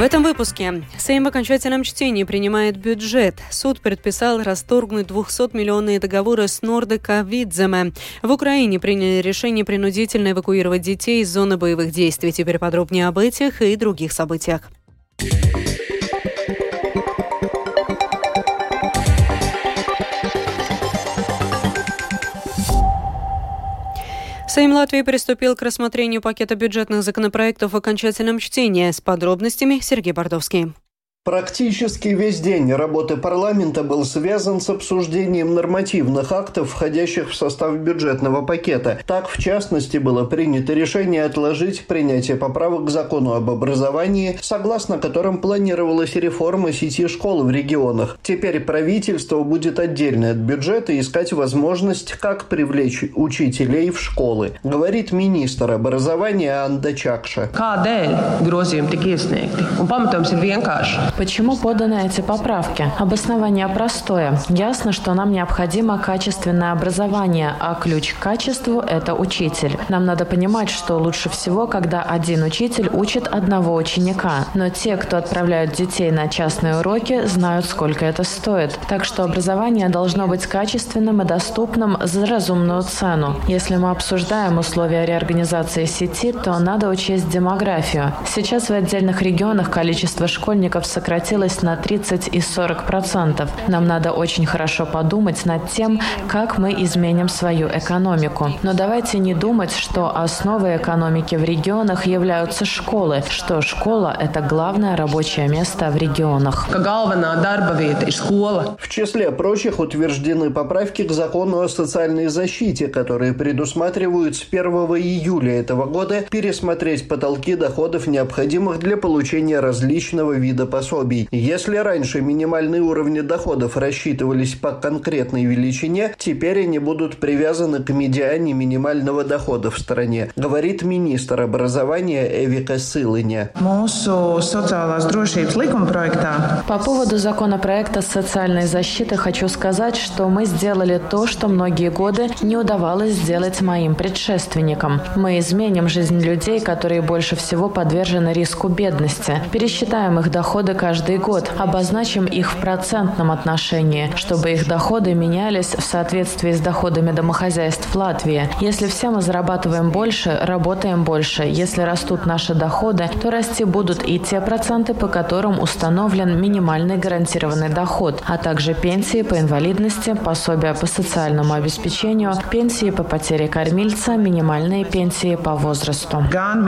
В этом выпуске Сейм в окончательном чтении принимает бюджет. Суд предписал расторгнуть 200-миллионные договоры с Нордека Видземе. В Украине приняли решение принудительно эвакуировать детей из зоны боевых действий. Теперь подробнее об этих и других событиях. Сейм Латвии приступил к рассмотрению пакета бюджетных законопроектов в окончательном чтении. С подробностями Сергей Бардовский. Практически весь день работы парламента был связан с обсуждением нормативных актов, входящих в состав бюджетного пакета. Так, в частности, было принято решение отложить принятие поправок к закону об образовании, согласно которым планировалась реформа сети школ в регионах. Теперь правительство будет отдельно от бюджета искать возможность, как привлечь учителей в школы, говорит министр образования Анда Чакша. Почему поданы эти поправки? Обоснование простое. Ясно, что нам необходимо качественное образование, а ключ к качеству – это учитель. Нам надо понимать, что лучше всего, когда один учитель учит одного ученика. Но те, кто отправляют детей на частные уроки, знают, сколько это стоит. Так что образование должно быть качественным и доступным за разумную цену. Если мы обсуждаем условия реорганизации сети, то надо учесть демографию. Сейчас в отдельных регионах количество школьников сократилось на 30 и 40%. Нам надо очень хорошо подумать над тем, как мы изменим свою экономику. Но давайте не думать, что основой экономики в регионах являются школы, что школа – это главное рабочее место в регионах. В числе прочих утверждены поправки к закону о социальной защите, которые предусматривают с 1 июля этого года пересмотреть потолки доходов, необходимых для получения различного вида пособий. Если раньше минимальные уровни доходов рассчитывались по конкретной величине, теперь они будут привязаны к медиане минимального дохода в стране, говорит министр образования Эвика Силыня. По поводу законопроекта социальной защиты хочу сказать, что мы сделали то, что многие годы не удавалось сделать моим предшественникам. Мы изменим жизнь людей, которые больше всего подвержены риску бедности. Пересчитаем их доходы каждый год, обозначим их в процентном отношении, чтобы их доходы менялись в соответствии с доходами домохозяйств Латвии. Если все мы зарабатываем больше, работаем больше. Если растут наши доходы, то расти будут и те проценты, по которым установлен минимальный гарантированный доход, а также пенсии по инвалидности, пособия по социальному обеспечению, пенсии по потере кормильца, минимальные пенсии по возрасту.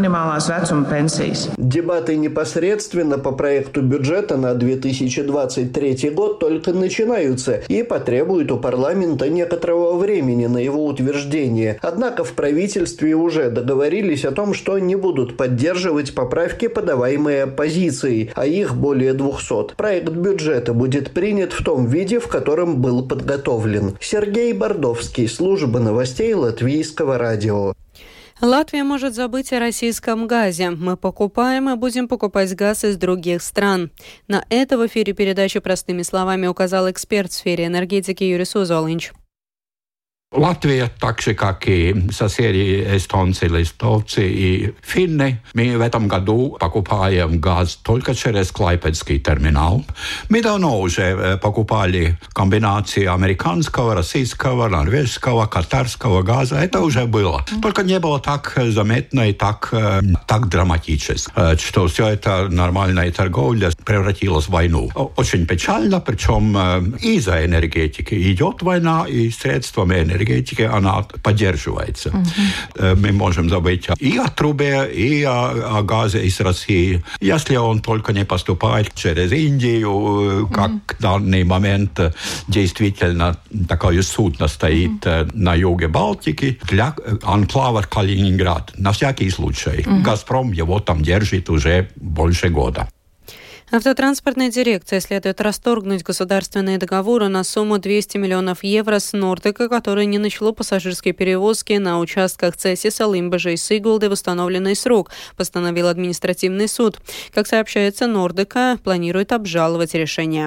Дебаты непосредственно по проекту бюджета на 2023 год только начинаются и потребуют у парламента некоторого времени на его утверждение. Однако в правительстве уже договорились о том, что не будут поддерживать поправки, подаваемые оппозицией, а их более 200. Проект бюджета будет принят в том виде, в котором был подготовлен. Сергей Бардовский, служба новостей Латвийского радио. Латвия может забыть о российском газе. Мы покупаем и будем покупать газ из других стран. На это в эфире передачи «Простыми словами» указал эксперт в сфере энергетики Юрис Озолинч. Латвия, так же как и соседи эстонцы, литовцы и финны, мы в этом году покупаем газ только через Клайпедский терминал. Мы давно уже покупали комбинации американского, российского, норвежского, катарского газа. Это уже было. Только не было так заметно и так драматически, что все это нормальная торговля превратилась в войну. Очень печально, причем из-за энергетики идет война, и средствами энергетики она поддерживается. Мы можем забыть и о трубе, и о газе из России. Если он только не поступает через Индию, как в данный момент действительно такое судно стоит на юге Балтики для анклава Калининград. На всякий случай. «Газпром» его там держит уже больше года. Автотранспортная дирекция следует расторгнуть государственные договоры на сумму 200 миллионов евро с Нордека, которое не начало пассажирские перевозки на участках Цесиса, Лимбежа и Сигулды в установленный срок, постановил административный суд. Как сообщается, Нордека планирует обжаловать решение.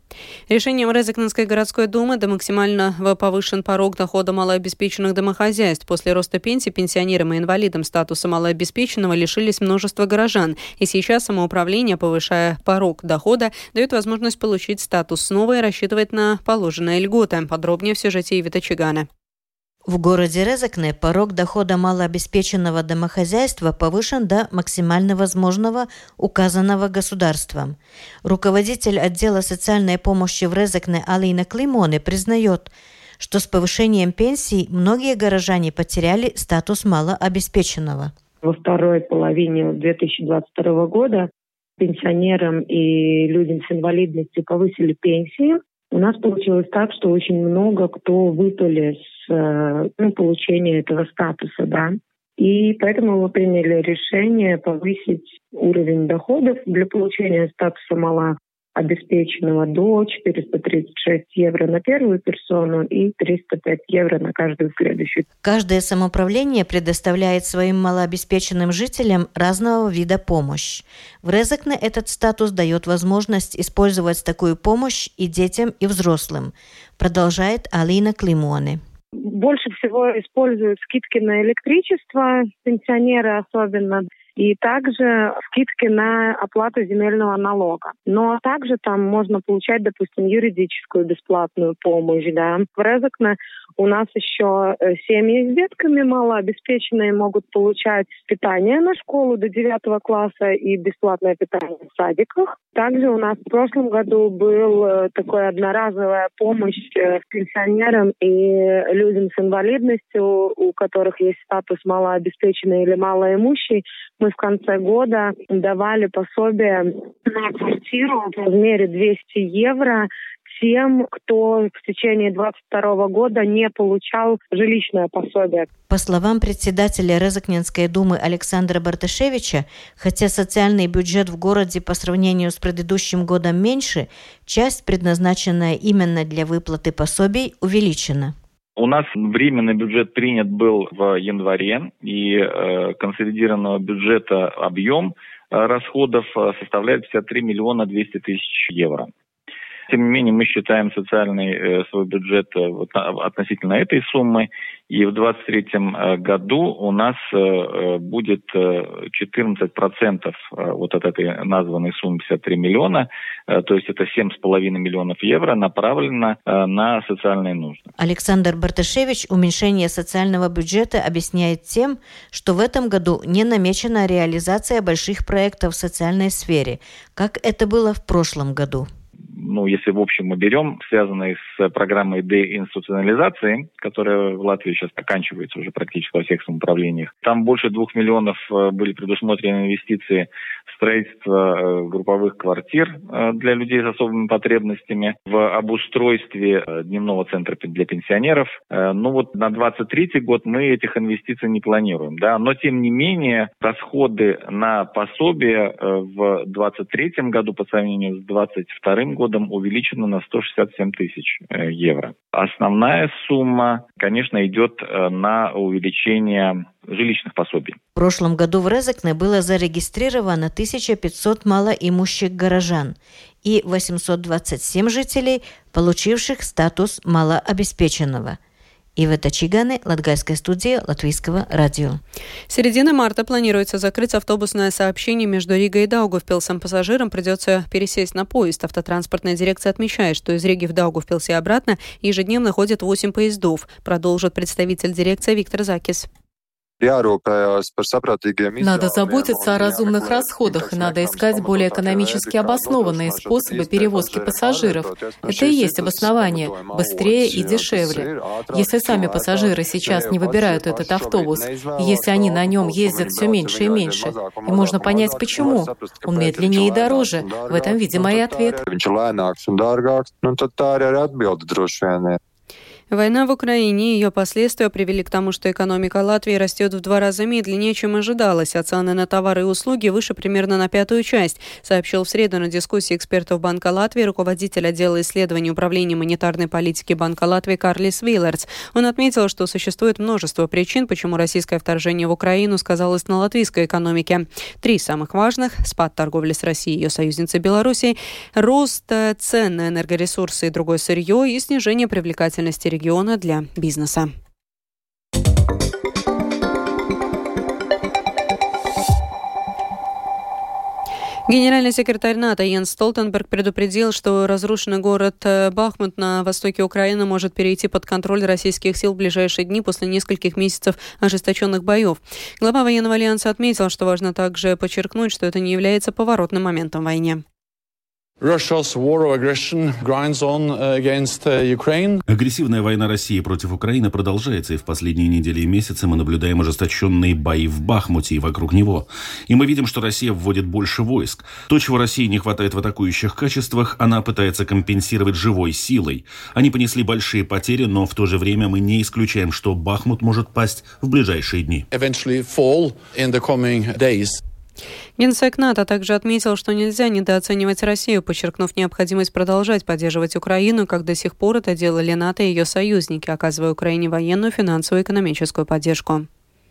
Решением Резекненской городской думы до максимального повышен порог дохода малообеспеченных домохозяйств. После роста пенсий пенсионерам и инвалидам статуса малообеспеченного лишились множество горожан. И сейчас самоуправление, повышая порог дохода, дает возможность получить статус снова и рассчитывать на положенные льготы. Подробнее в сюжете Ивита Чигане. В городе Резекне порог дохода малообеспеченного домохозяйства повышен до максимально возможного, указанного государством. Руководитель отдела социальной помощи в Резекне Алина Климоне признает, что с повышением пенсий многие горожане потеряли статус малообеспеченного. Во второй половине 2022 года пенсионерам и людям с инвалидностью повысили пенсии. У нас получилось так, что очень много кто выпали с получения этого статуса, да. И поэтому мы приняли решение повысить уровень доходов для получения статуса малообеспеченного до 436 евро на первую персону и 305 евро на каждую следующую. Каждое самоуправление предоставляет своим малообеспеченным жителям разного вида помощь. В Резекне этот статус дает возможность использовать такую помощь и детям, и взрослым, продолжает Алина Климоне. Больше всего используют скидки на электричество, пенсионеры особенно, и также скидки на оплату земельного налога. Но также там можно получать, допустим, юридическую бесплатную помощь. Да. В Резекне у нас еще семьи с детками малообеспеченные могут получать питание на школу до 9 класса и бесплатное питание в садиках. Также у нас в прошлом году был такая одноразовая помощь пенсионерам и людям с инвалидностью, у которых есть статус малообеспеченный или малоимущий. Мы в конце года давали пособие на квартиру в размере 200 евро тем, кто в течение 2022 года не получал жилищное пособие. По словам председателя Резекненской думы Александра Барташевича, хотя социальный бюджет в городе по сравнению с предыдущим годом меньше, часть, предназначенная именно для выплаты пособий, увеличена. У нас временный бюджет принят был в январе, и консолидированного бюджета объем расходов составляет 53 миллиона 200 тысяч евро. Тем не менее, мы считаем социальный свой бюджет относительно этой суммы, и в 2023 году у нас будет 14% вот от этой названной суммы 53 миллиона, то есть это 7,5 миллионов евро направлено на социальные нужды. Александр Барташевич уменьшение социального бюджета объясняет тем, что в этом году не намечена реализация больших проектов в социальной сфере, как это было в прошлом году. Если в общем мы берем, связанные с программой деинституционализации, которая в Латвии сейчас оканчивается уже практически во всех самоуправлениях, там больше 2 миллионов были предусмотрены инвестиции в строительство групповых квартир для людей с особыми потребностями, в обустройстве дневного центра для пенсионеров. На 2023 год мы этих инвестиций не планируем, да, но тем не менее расходы на пособие в 2023 году по сравнению с 2022 годом увеличена на 167 тысяч евро. Основная сумма, конечно, идет на увеличение жилищных пособий. В прошлом году в Резекне было зарегистрировано 1500 малоимущих горожан и 827 жителей, получивших статус малообеспеченного. Ивита Чигане, Латгальская студия Латвийского радио. С середины марта планируется закрыть автобусное сообщение между Ригой и Даугавпилсом. Пассажирам придется пересесть на поезд. Автотранспортная дирекция отмечает, что из Риги в Даугавпилс и обратно ежедневно ходит 8 поездов, продолжит представитель дирекции Виктор Закис. Надо заботиться о разумных расходах и надо искать более экономически обоснованные способы перевозки пассажиров. Это и есть обоснование – быстрее и дешевле. Если сами пассажиры сейчас не выбирают этот автобус, и если они на нем ездят все меньше и меньше, и можно понять почему. Он медленнее и дороже. В этом, видимо, и ответ. Война в Украине и ее последствия привели к тому, что экономика Латвии растет в 2 раза медленнее, чем ожидалось, а цены на товары и услуги выше примерно на 1/5 часть, сообщил в среду на дискуссии экспертов Банка Латвии руководитель отдела исследований Управления монетарной политики Банка Латвии Карлис Вилерц. Он отметил, что существует множество причин, почему российское вторжение в Украину сказалось на латвийской экономике. 3 самых важных – спад торговли с Россией и ее союзницей Белоруссией, рост цен на энергоресурсы и другое сырье и снижение привлекательности региона для бизнеса. Генеральный секретарь НАТО Йенс Столтенберг предупредил, что разрушенный город Бахмут на востоке Украины может перейти под контроль российских сил в ближайшие дни после нескольких месяцев ожесточенных боев. Глава военного альянса отметил, что важно также подчеркнуть, что это не является поворотным моментом в войне. Агрессивная война России против Украины продолжается, и в последние недели и месяцы мы наблюдаем ожесточенные бои в Бахмуте и вокруг него. И мы видим, что Россия вводит больше войск. То, чего России не хватает в атакующих качествах, она пытается компенсировать живой силой. Они понесли большие потери, но в то же время мы не исключаем, что Бахмут может пасть в ближайшие дни. Генсек НАТО также отметил, что нельзя недооценивать Россию, подчеркнув необходимость продолжать поддерживать Украину, как до сих пор это делали НАТО и ее союзники, оказывая Украине военную, финансовую и экономическую поддержку.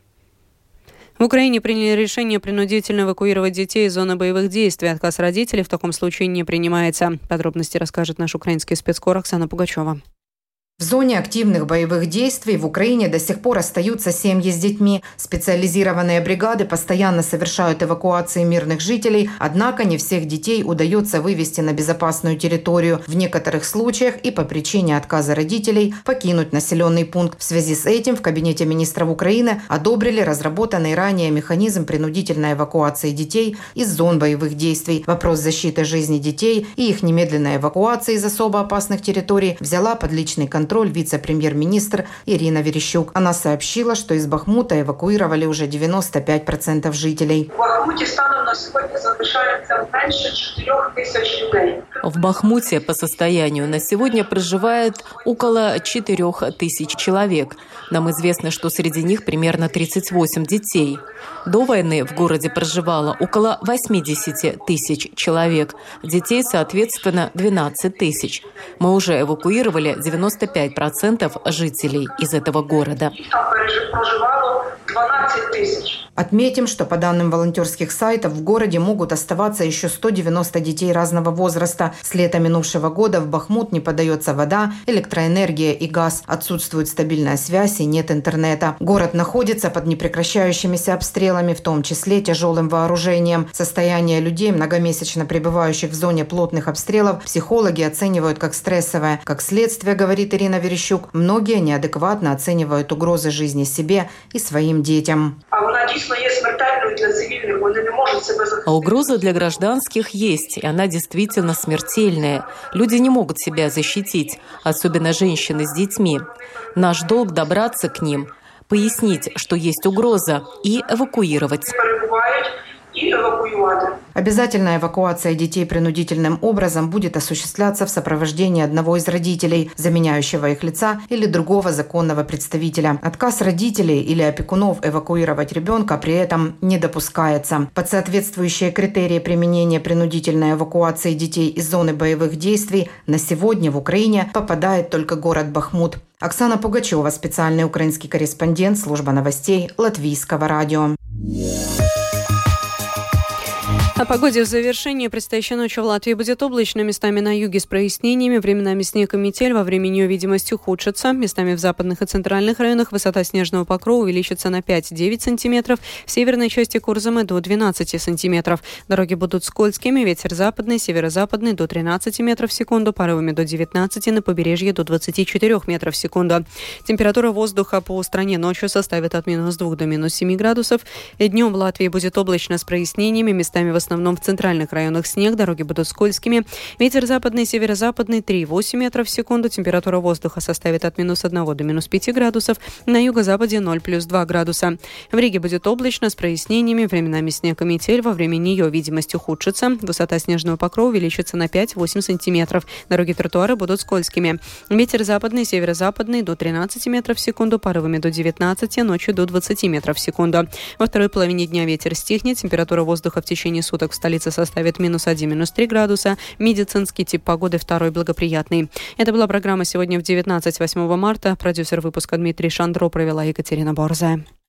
В Украине приняли решение принудительно эвакуировать детей из зоны боевых действий. Отказ родителей в таком случае не принимается. Подробности расскажет наш украинский спецкор Оксана Пугачева. В зоне активных боевых действий в Украине до сих пор остаются семьи с детьми. Специализированные бригады постоянно совершают эвакуации мирных жителей, однако не всех детей удается вывести на безопасную территорию. В некоторых случаях и по причине отказа родителей покинуть населенный пункт. В связи с этим в Кабинете министров Украины одобрили разработанный ранее механизм принудительной эвакуации детей из зон боевых действий. Вопрос защиты жизни детей и их немедленной эвакуации из особо опасных территорий взяла под личный контроль вице-премьер-министр Ирина Верещук. Она сообщила, что из Бахмута эвакуировали уже 95% жителей. В Бахмуте станом на сегодня залишається менше 4000 людей. В Бахмуте по состоянию на сегодня проживает около 4000 человек. Нам известно, что среди них примерно 38 детей. До войны в городе проживало около 80 тысяч человек. Детей, соответственно, 12 тысяч. Мы уже эвакуировали 95% жителей из этого города. Там проживало 12 тысяч. Отметим, что по данным волонтерских сайтов в городе могут оставаться еще 190 детей разного возраста. С лета минувшего года в Бахмут не подается вода, электроэнергия и газ. Отсутствует стабильная связь и нет интернета. Город находится под непрекращающимися обстрелами, в том числе тяжелым вооружением. Состояние людей, многомесячно пребывающих в зоне плотных обстрелов, психологи оценивают как стрессовое. Как следствие, говорит Ирина Верещук, многие неадекватно оценивают угрозы жизни себе и своим детям. А угроза для гражданских есть, и она действительно смертельная. Люди не могут себя защитить, особенно женщины с детьми. Наш долг добраться к ним, пояснить, что есть угроза, и эвакуировать. Обязательная эвакуация детей принудительным образом будет осуществляться в сопровождении одного из родителей, заменяющего их лица или другого законного представителя. Отказ родителей или опекунов эвакуировать ребенка при этом не допускается. Под соответствующие критерии применения принудительной эвакуации детей из зоны боевых действий на сегодня в Украине попадает только город Бахмут. Оксана Пугачева, специальный украинский корреспондент, служба новостей Латвийского радио. О погоде в завершении. Предстоящей ночью в Латвии будет облачно, местами на юге с прояснениями, временами снег и метель, во время нее видимость ухудшится. Местами в западных и центральных районах высота снежного покрова увеличится на 5-9 сантиметров, в северной части Курзамы до 12 сантиметров. Дороги будут скользкими, ветер западный, северо-западный до 13 метров в секунду, порывами до 19, на побережье до 24 метров в секунду. Температура воздуха по стране ночью составит от -2 до -7 градусов. Днем в Латвии будет облачно с прояснениями, местами в основном основном в центральных районах снег, дороги будут скользкими. Ветер западный, северо-западный 3,8 метров в секунду. Температура воздуха составит от -1 до -5 градусов. На юго-западе 0 + 2 градуса. В Риге будет облачно с прояснениями, временами снег и метель. Во время нее видимость ухудшится. Высота снежного покрова увеличится на 5-8 сантиметров. Дороги, тротуары будут скользкими. Ветер западный, северо-западный до 13 метров в секунду, порывами до 19, ночью до 20 метров в секунду. Во второй половине дня ветер стихнет. Температура воздуха в течение суток в столице составит -1, -3 градуса. Медицинский тип погоды второй благоприятный. Это была программа «Сегодня в 19, 8 марта». Продюсер выпуска Дмитрий Шандро, провела Екатерина Борзая.